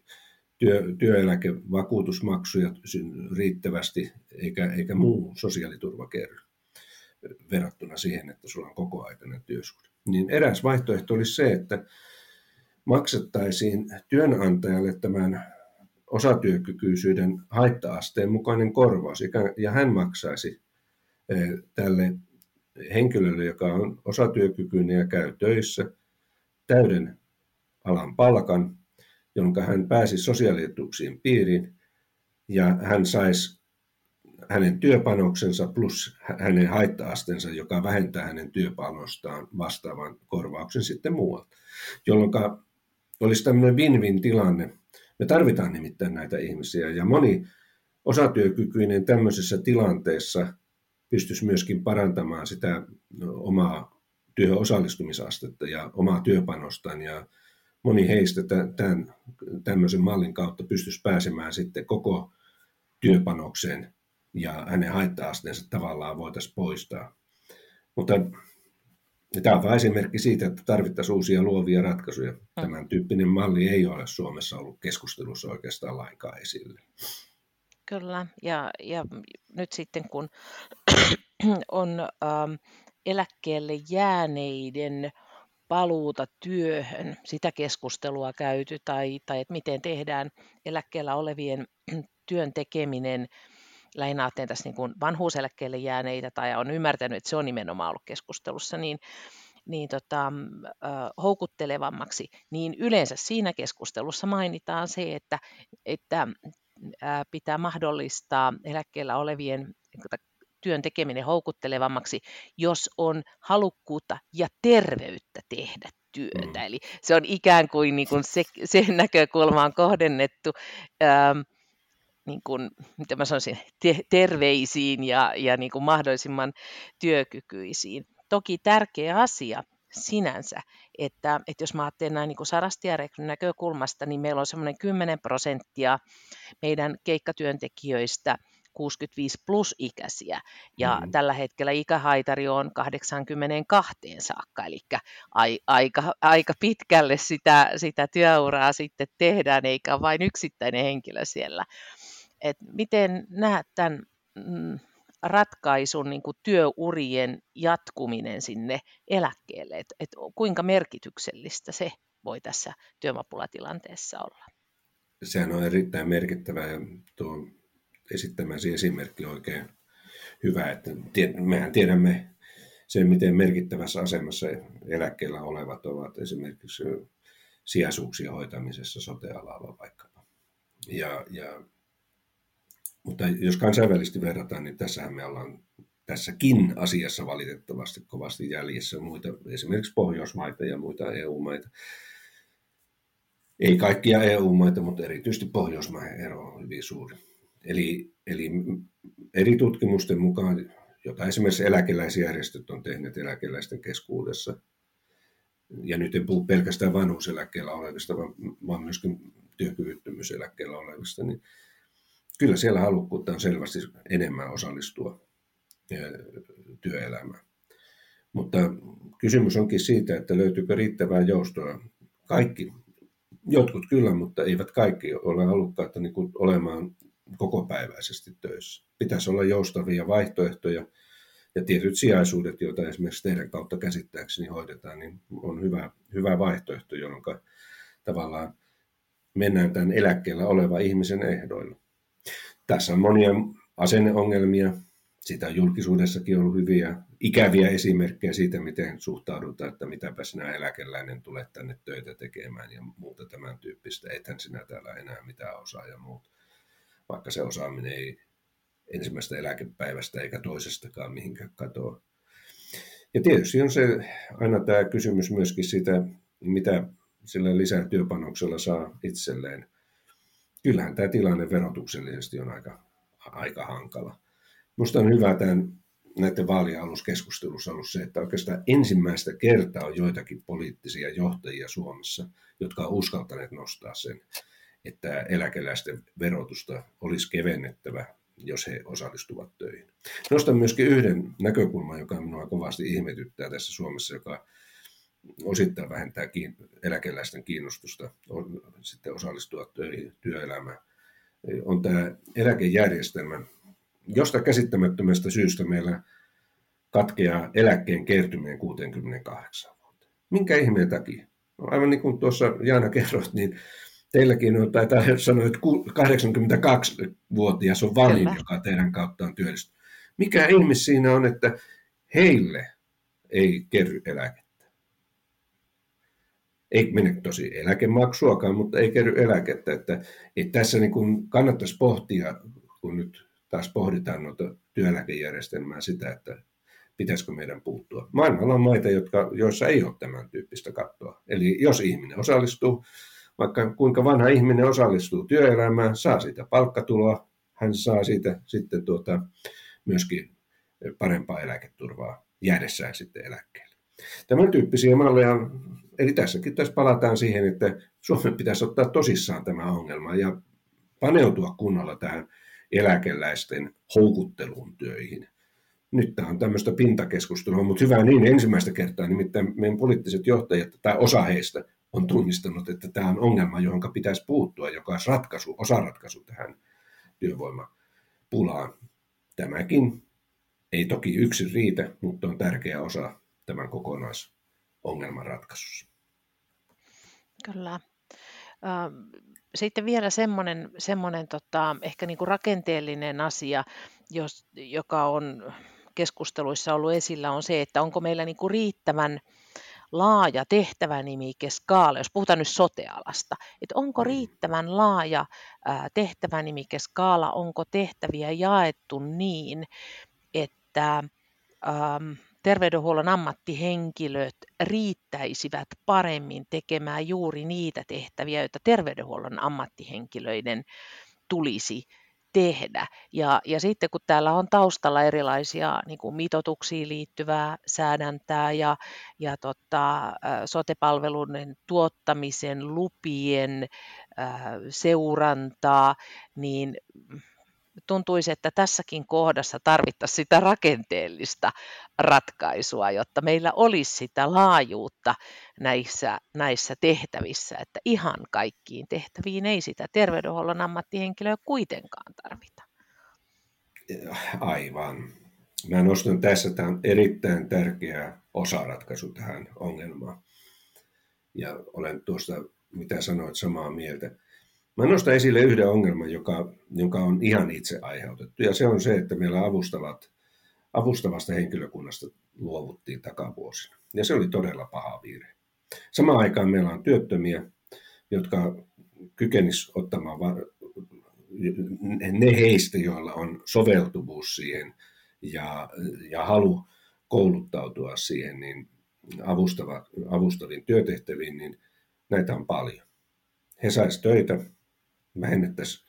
työeläkevakuutusmaksuja riittävästi eikä muu sosiaaliturva kerry verrattuna siihen, että sulla on kokoaikainen työsuhde. Niin eräs vaihtoehto olisi se, että maksettaisiin työnantajalle tämän osatyökykyisyyden haitta-asteen mukainen korvaus, ja hän maksaisi tälle henkilölle, joka on osatyökykyinen ja käy töissä, täyden alan palkan, jonka hän pääsisi sosiaalietuuksien piiriin, ja hän saisi hänen työpanoksensa plus hänen haitta-asteensa, joka vähentää hänen työpanostaan vastaavan korvauksen sitten muualta, jolloin olisi tämmöinen win-win tilanne. Me tarvitaan nimittäin näitä ihmisiä, ja moni osatyökykyinen tämmöisessä tilanteessa pystyisi myöskin parantamaan sitä omaa työhön osallistumisastetta ja omaa työpanostaan, ja moni heistä tämmöisen mallin kautta pystyisi pääsemään sitten koko työpanokseen, ja hänen haitta-asteensa tavallaan voitaisiin poistaa. Mutta tämä on vain esimerkki siitä, että tarvittaisiin uusia luovia ratkaisuja. Tämän tyyppinen malli ei ole Suomessa ollut keskustelussa oikeastaan lainkaan esillä. Kyllä, ja nyt sitten kun on eläkkeelle jääneiden paluuta työhön, sitä keskustelua käyty, tai että miten tehdään eläkkeellä olevien työn tekeminen, lähinnä ajattelen tässä niin kuin vanhuuseläkkeelle jääneitä, tai on ymmärtänyt, että se on nimenomaan ollut keskustelussa, houkuttelevammaksi, niin yleensä siinä keskustelussa mainitaan se, että pitää mahdollistaa eläkkeellä olevien työn tekeminen houkuttelevammaksi, jos on halukkuutta ja terveyttä tehdä työtä. Eli se on ikään kuin, se näkökulma on kohdennettu niin kuin, mitä mä sanoisin, terveisiin ja niin kuin mahdollisimman työkykyisiin. Toki tärkeä asia sinänsä, että jos mä ajattelen näin niin kuin Sarastiarekryn näkökulmasta, niin meillä on semmoinen 10% meidän keikkatyöntekijöistä 65 plus ikäisiä, ja tällä hetkellä ikähaitari on 82 saakka, eli aika pitkälle sitä työuraa sitten tehdään, eikä vain yksittäinen henkilö siellä. Et miten näet tämän ratkaisun niin kuin työurien jatkuminen sinne eläkkeelle, että kuinka merkityksellistä se voi tässä työvoimapulatilanteessa olla? Sehän on erittäin merkittävä, ja tuo esittämäsi esimerkki on oikein hyvä, että mehän tiedämme sen, miten merkittävässä asemassa eläkkeellä olevat ovat esimerkiksi sijaisuuksien hoitamisessa sote-alalla vaikkapa. Mutta jos kansainvälisesti verrataan, niin tässähän me ollaan tässäkin asiassa valitettavasti kovasti jäljessä muita, esimerkiksi Pohjoismaita ja muita EU-maita. Ei kaikkia EU-maita, mutta erityisesti Pohjoismaiden ero on hyvin suuri. Eli eri tutkimusten mukaan, jota esimerkiksi eläkeläisjärjestöt on tehneet eläkeläisten keskuudessa, ja nyt en puhu pelkästään vanhuuseläkkeellä olevista, vaan myöskin työkyvyttömyyseläkkeellä olevista, niin kyllä siellä halukkuutta on selvästi enemmän osallistua työelämään. Mutta kysymys onkin siitä, että löytyykö riittävää joustoa. Jotkut kyllä, mutta eivät kaikki ole halukkaita niin kuin olemaan kokopäiväisesti töissä. Pitäisi olla joustavia vaihtoehtoja, ja tietyt sijaisuudet, joita esimerkiksi teidän kautta käsittääkseni hoidetaan, niin on hyvä vaihtoehto, jolloin tavallaan mennään tämän eläkkeellä olevan ihmisen ehdoilla. Tässä on monia asenneongelmia. Siitä on julkisuudessakin ollut hyviä, ikäviä esimerkkejä siitä, miten suhtaudutaan, että mitäpä sinä eläkeläinen tulet tänne töitä tekemään ja muuta tämän tyyppistä. Ethän sinä täällä enää mitään osaa ja muuta, vaikka se osaaminen ei ensimmäistä eläkepäivästä eikä toisestakaan mihinkään katoa. Ja tietysti on se aina tämä kysymys myöskin siitä, mitä sillä lisätyöpanoksella saa itselleen. Kyllähän tämä tilanne verotuksellisesti on aika hankala. Minusta on hyvä näiden vaalien aluskeskustelussa ollut se, että oikeastaan ensimmäistä kertaa on joitakin poliittisia johtajia Suomessa, jotka on uskaltaneet nostaa sen, että eläkeläisten verotusta olisi kevennettävä, jos he osallistuvat töihin. Nostan myöskin yhden näkökulman, joka minua kovasti ihmetyttää tässä Suomessa, joka osittain vähentää eläkeläisten kiinnostusta sitten osallistua työelämään. On tämä eläkejärjestelmä. Jostain käsittämättömästä syystä meillä katkeaa eläkkeen kertyminen 68 vuotta. Minkä ihmeen takia? No, aivan niin kuin tuossa Jaana kerroit, niin teilläkin on, taitaa sanoa, että 82-vuotias on vanhin, joka teidän kautta on työllistynyt. Mikä ihme siinä on, että heille ei kerry eläkettä? Ei mene tosi eläkemaksuakaan, mutta ei kerry eläkettä. Että tässä niin kuin kannattaisi pohtia, kun nyt taas pohditaan noita työeläkejärjestelmää sitä, että pitäisikö meidän puuttua. Maailmalla on maita, joissa ei ole tämän tyyppistä kattoa. Eli jos ihminen osallistuu, vaikka kuinka vanha ihminen osallistuu työelämään, saa siitä palkkatuloa, hän saa siitä sitten myöskin parempaa eläketurvaa jäädessään sitten eläkkeelle. Tämän tyyppisiä malleja, eli tässäkin tässä palataan siihen, että Suomen pitäisi ottaa tosissaan tämä ongelma ja paneutua kunnolla tähän eläkeläisten houkutteluun töihin. Nyt tämä on tämmöistä pintakeskustelua, mutta hyvä niin ensimmäistä kertaa, nimittäin meidän poliittiset johtajat tai osa heistä on tunnistanut, että tämä on ongelma, johon pitäisi puuttua, joka olisi osaratkaisu tähän työvoimapulaan. Tämäkin ei toki yksin riitä, mutta on tärkeä osa tämän kokonaisongelman ratkaisussa. Kyllä. Sitten vielä semmoinen ehkä niin kuin rakenteellinen asia, joka on keskusteluissa ollut esillä, on se, että onko meillä niin kuin riittävän laaja tehtävänimikeskaala, jos puhutaan nyt sote-alasta, että onko riittävän laaja tehtävänimikeskaala, onko tehtäviä jaettu niin, että terveydenhuollon ammattihenkilöt riittäisivät paremmin tekemään juuri niitä tehtäviä, joita terveydenhuollon ammattihenkilöiden tulisi tehdä. Ja sitten kun täällä on taustalla erilaisia niin kuin mitoituksiin liittyvää säädäntää ja sote-palveluiden tuottamisen lupien seurantaa, niin tuntuisi, että tässäkin kohdassa tarvittaisiin sitä rakenteellista ratkaisua, jotta meillä olisi sitä laajuutta näissä tehtävissä, että ihan kaikkiin tehtäviin ei sitä terveydenhuollon ammattihenkilöä kuitenkaan tarvita. Aivan. Mä nostan tässä, tämä on erittäin tärkeä osaratkaisu tähän ongelmaan. Ja olen tuosta, mitä sanoit, samaa mieltä. Mä nostan esille yhden ongelman, joka on ihan itse aiheutettu, ja se on se, että meillä avustavasta henkilökunnasta luovuttiin takavuosina. Ja se oli todella paha virhe. Samaan aikaan meillä on työttömiä, jotka kykenisivät ottamaan ne heistä, joilla on soveltuvuus siihen ja halu kouluttautua siihen, niin avustaviin työtehtäviin, niin näitä on paljon. He saisivat töitä, vähennettäisiin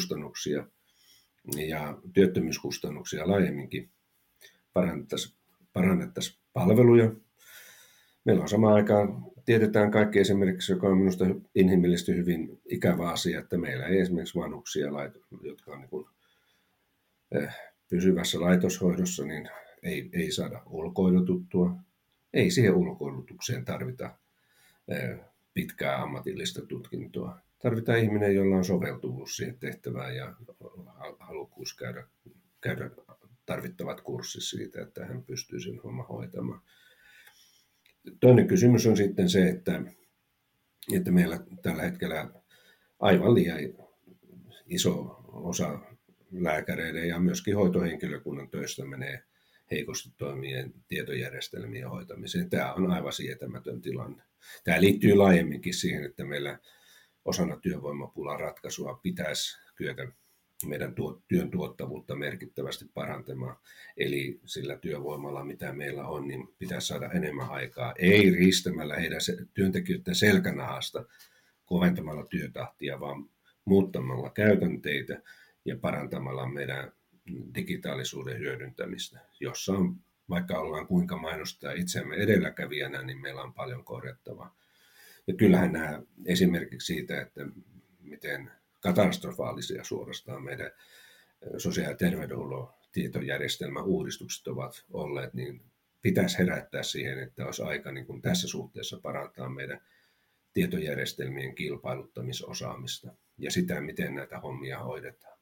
sosiaaliturvakustannuksia ja työttömyyskustannuksia laajemminkin, parannettaisiin parannettaisiin palveluja. Meillä on samaan aikaan, tiedetään kaikki esimerkiksi, joka on minusta inhimillisesti hyvin ikävä asia, että meillä ei esimerkiksi vanhuksia, jotka on niin kuin pysyvässä laitoshoidossa, niin ei saada ulkoilututtua. Ei siihen ulkoilutukseen tarvita pitkää ammatillista tutkintoa. Tarvitaan ihminen, jolla on soveltuvuus siihen tehtävään ja halukkuus käydä tarvittavat kurssit siitä, että hän pystyy sen homman hoitamaan. Toinen kysymys on sitten se, että meillä tällä hetkellä aivan liian iso osa lääkäreiden ja myöskin hoitohenkilökunnan töistä menee heikosti toimien tietojärjestelmien hoitamiseen. Tämä on aivan sietämätön tilanne. Tämä liittyy laajemminkin siihen, että meillä osana työvoimapulan ratkaisua pitäisi kyetä meidän työn tuottavuutta merkittävästi parantamaan. Eli sillä työvoimalla, mitä meillä on, niin pitäisi saada enemmän aikaa. Ei riistämällä heidän työntekijöiden selkänahasta koventamalla työtahtia, vaan muuttamalla käytänteitä ja parantamalla meidän digitaalisuuden hyödyntämistä, jossa on, vaikka ollaan kuinka mainostaa itseämme edelläkävijänä, niin meillä on paljon korjattavaa. Ja kyllähän nämä esimerkiksi siitä, että miten katastrofaalisia suorastaan meidän sosiaali- ja terveydenhuollon tietojärjestelmän uudistukset ovat olleet, niin pitäisi herättää siihen, että olisi aika niin kuin tässä suhteessa parantaa meidän tietojärjestelmien kilpailuttamisosaamista ja sitä, miten näitä hommia hoidetaan.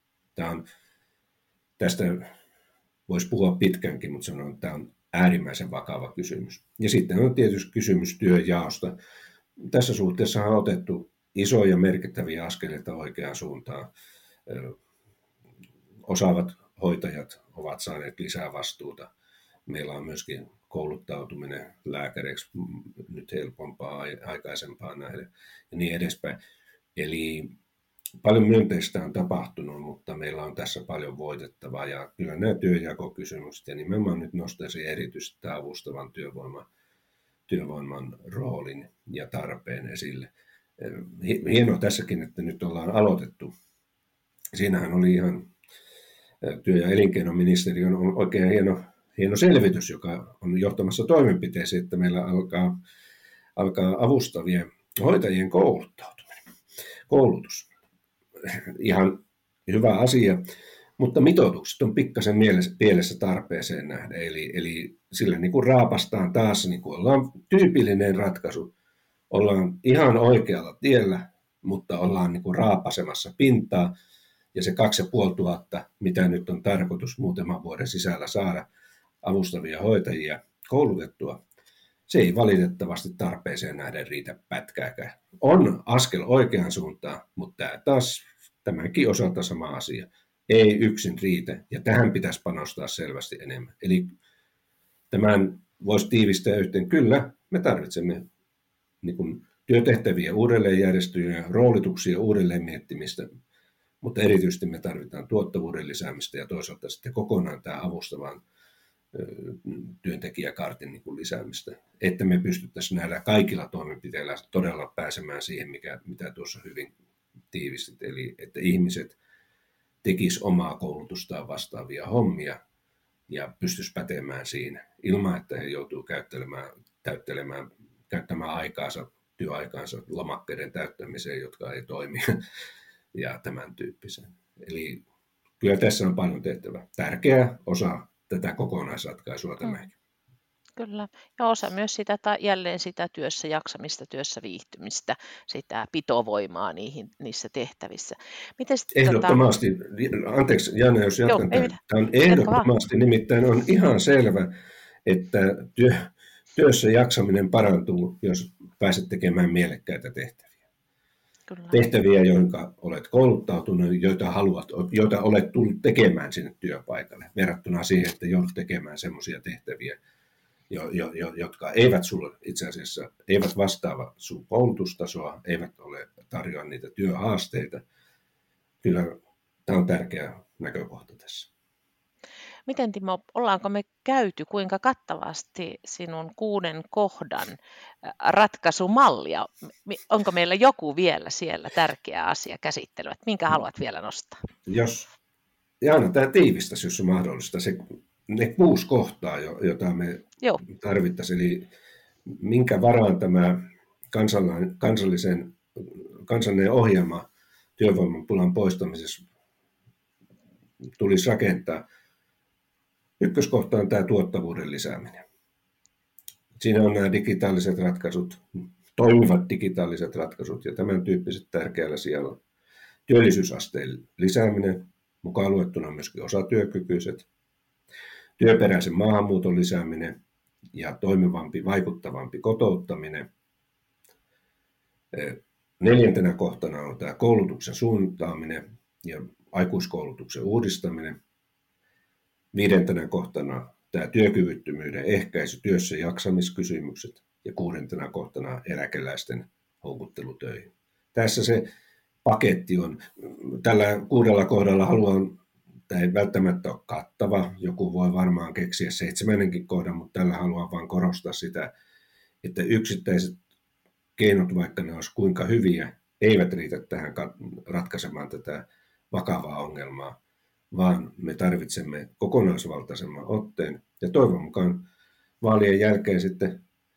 Tästä voisi puhua pitkäänkin, mutta sanon, että tämä on äärimmäisen vakava kysymys. Ja sitten on tietysti kysymys työnjaosta. Tässä suhteessa on otettu isoja merkittäviä askeleita oikeaan suuntaan. Osaavat hoitajat ovat saaneet lisää vastuuta. Meillä on myöskin kouluttautuminen lääkäreiksi nyt helpompaa aikaisempaan nähden ja niin edespäin. Eli paljon myönteistä on tapahtunut, mutta meillä on tässä paljon voitettavaa ja kyllä nämä työnjakokysymykset ja nimenomaan nyt nostaisin erityisesti avustavan työvoiman roolin ja tarpeen esille. Hienoa tässäkin, että nyt ollaan aloitettu. Siinähän oli ihan työ- ja elinkeinoministeriön on oikein hieno selvitys, joka on johtamassa toimenpiteeseen, että meillä alkaa avustavien hoitajien koulutus. Ihan hyvä asia, mutta mitoitukset on pikkasen pielessä tarpeeseen nähdä. Eli sillä niin kuin raapastaan taas, niin kuin ollaan tyypillinen ratkaisu. Ollaan ihan oikealla tiellä, mutta ollaan niin kuin raapasemassa pintaa. Ja se 2500, mitä nyt on tarkoitus muutaman vuoden sisällä saada avustavia hoitajia koulutettua, se ei valitettavasti tarpeeseen nähden riitä pätkääkään. On askel oikeaan suuntaan, mutta tämänkin osalta sama asia. Ei yksin riitä, ja tähän pitäisi panostaa selvästi enemmän. Eli tämän voisi tiivistää yhteen. Kyllä, me tarvitsemme niin kuin työtehtäviä uudelleenjärjestelyjä, roolituksia uudelleen miettimistä, mutta erityisesti me tarvitaan tuottavuuden lisäämistä ja toisaalta sitten kokonaan tämä avustavan työntekijäkartin niin kuin lisäämistä, että me pystyttäisiin näillä kaikilla toimenpiteillä todella pääsemään siihen, mitä tuossa hyvin tiivistit, eli että ihmiset tekisivät omaa koulutustaan vastaavia hommia ja pystyisivät pätemään siinä ilman, että he joutuvat käyttämään työaikaansa lomakkeiden täyttämiseen, jotka ei toimi ja tämän tyyppisen. Eli kyllä tässä on paljon tehtävää. Tärkeä osa tätä kokonaisratkaisua tämäkin. Kyllä. Ja osa myös jälleen sitä työssä jaksamista, työssä viihtymistä, sitä pitovoimaa niissä tehtävissä. Ehdottomasti, anteeksi Janne, jos jatkan tämän. Tämä on ehdottomasti, nimittäin on ihan selvä, että työssä jaksaminen parantuu, jos pääset tekemään mielekkäitä tehtäviä. Kyllä. Tehtäviä, joihin olet kouluttautunut, joita olet tullut tekemään sinne työpaikalle, verrattuna siihen, että joudut tekemään semmoisia tehtäviä, jotka eivät sulle itse asiassa eivät vastaava sun koulutustasoa, eivät tarjoa niitä työhaasteita. Kyllä tämä on tärkeä näkökohta tässä. Miten Timo, ollaanko me käyty kuinka kattavasti sinun 6 kohdan ratkaisumallia? Onko meillä joku vielä siellä tärkeä asia käsittelyä? Minkä haluat vielä nostaa? Jaana, tämä tiivistäisi, jos on mahdollista. ne 6 kohtaa, joita me Joo. tarvittaisiin. Eli minkä varaan tämä kansallinen ohjelma työvoimapulan poistamisessa tulisi rakentaa. Ykköskohta on tämä tuottavuuden lisääminen. Siinä on nämä digitaaliset ratkaisut, toimivat digitaaliset ratkaisut ja tämän tyyppiset tärkeällä sijalla. Työllisyysasteen lisääminen, mukaan luettuna myöskin osatyökykyiset. Työperäisen maahanmuuton lisääminen ja toimivampi, vaikuttavampi kotouttaminen. 4. kohtana on tämä koulutuksen suuntaaminen ja aikuiskoulutuksen uudistaminen. 5. kohtana tämä työkyvyttömyyden ehkäisy, työssä jaksamiskysymykset ja 6. kohtana eläkeläisten houkuttelu töihin. Tässä se paketti on. Tällä 6 kohdalla tämä ei välttämättä ole kattava, joku voi varmaan keksiä 7. kohdan, mutta tällä haluan vain korostaa sitä, että yksittäiset keinot, vaikka ne olisi kuinka hyviä, eivät riitä tähän ratkaisemaan tätä vakavaa ongelmaa, vaan me tarvitsemme kokonaisvaltaisemman otteen. Ja toivon mukaan vaalien jälkeen sitten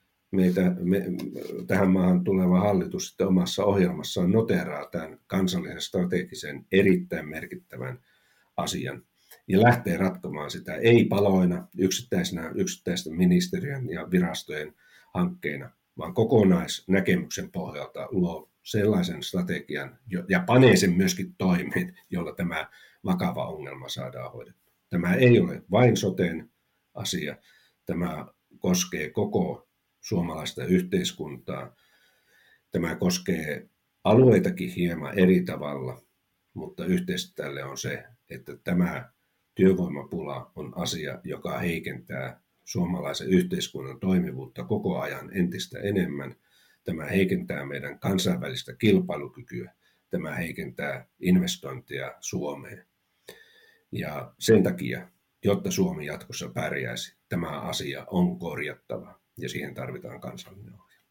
tähän maahan tuleva hallitus sitten omassa ohjelmassaan noteeraa tämän kansallisen strategisen erittäin merkittävän asian ja lähtee ratkomaan sitä ei paloina yksittäisten ministeriön ja virastojen hankkeina, vaan kokonaisnäkemyksen pohjalta luo sellaisen strategian ja panee sen myöskin toimeen, jolla tämä vakava ongelma saadaan hoidettua. Tämä ei ole vain soten asia, tämä koskee koko suomalaista yhteiskuntaa. Tämä koskee alueitakin hieman eri tavalla, mutta yhteistä tälle on se, että tämä työvoimapula on asia, joka heikentää suomalaisen yhteiskunnan toimivuutta koko ajan entistä enemmän. Tämä heikentää meidän kansainvälistä kilpailukykyä. Tämä heikentää investointia Suomeen. Ja sen takia, jotta Suomi jatkossa pärjäisi, tämä asia on korjattava ja siihen tarvitaan kansallinen ohjelma.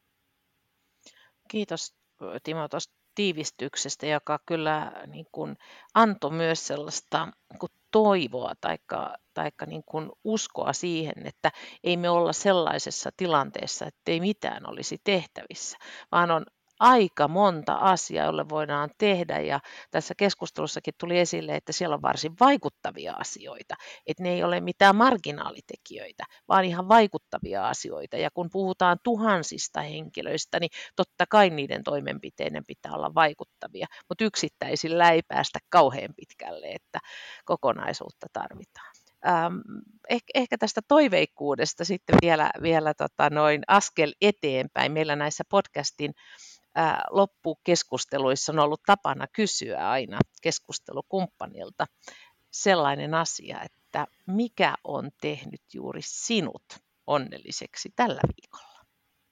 Kiitos Timo tuosta tiivistyksestä, joka kyllä niin kuin antoi myös sellaista niin kuin toivoa tai niin kuin uskoa siihen, että ei me olla sellaisessa tilanteessa, että ei mitään olisi tehtävissä, vaan on aika monta asiaa, jolle voidaan tehdä, ja tässä keskustelussakin tuli esille, että siellä on varsin vaikuttavia asioita, että ne ei ole mitään marginaalitekijöitä, vaan ihan vaikuttavia asioita, ja kun puhutaan tuhansista henkilöistä, niin totta kai niiden toimenpiteiden pitää olla vaikuttavia, mutta yksittäisillä ei päästä kauhean pitkälle, että kokonaisuutta tarvitaan. Ehkä tästä toiveikkuudesta sitten vielä askel eteenpäin. Meillä näissä podcastin loppukeskusteluissa on ollut tapana kysyä aina keskustelukumppanilta sellainen asia, että mikä on tehnyt juuri sinut onnelliseksi tällä viikolla?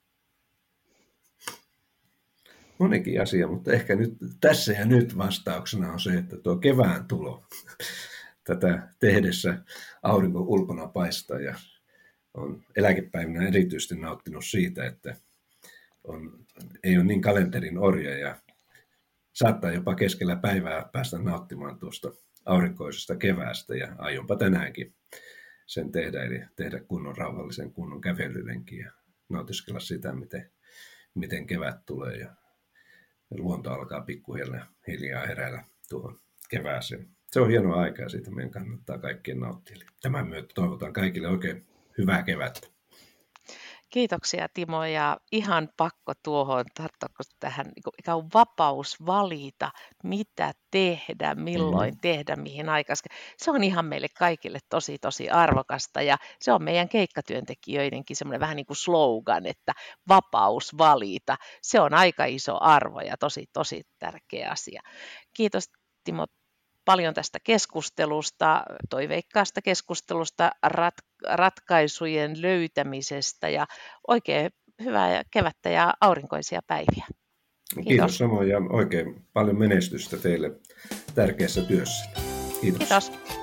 Monikin asia, mutta ehkä nyt tässä ja nyt vastauksena on se, että tuo kevään tulo tätä tehdessä aurinko ulkona paistaa ja on eläkepäivinä erityisesti nauttinut siitä, että ei ole niin kalenterin orja ja saattaa jopa keskellä päivää päästä nauttimaan tuosta aurinkoisesta keväästä ja aionpa tänäänkin sen tehdä, eli tehdä rauhallisen kunnon kävelylenkin ja nautiskella sitä, miten kevät tulee ja luonto alkaa pikkuhiljaa heräillä tuohon kevääseen. Se on hienoa aikaa, siitä meidän kannattaa kaikkien nauttia. Eli tämän myötä toivotan kaikille oikein hyvää kevättä. Kiitoksia Timo, ja ihan pakko tuohon tarttua tähän ikään kuin vapaus valita, mitä tehdä, milloin tehdä, mihin aikaan. Se on ihan meille kaikille tosi arvokasta, ja se on meidän keikkatyöntekijöidenkin semmoinen vähän niin kuin slogan, että vapaus valita. Se on aika iso arvo ja tosi tärkeä asia. Kiitos Timo paljon tästä keskustelusta, toiveikkaasta keskustelusta, ratkaisujen löytämisestä ja oikein hyvää kevättä ja aurinkoisia päiviä. Kiitos samoin ja oikein paljon menestystä teille tärkeässä työssä. Kiitos. Kiitos.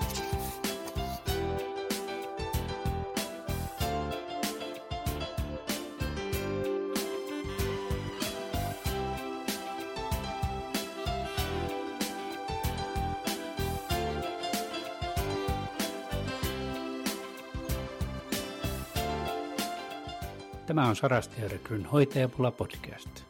Tämä on Sarasti ry Hoitajapula podcast.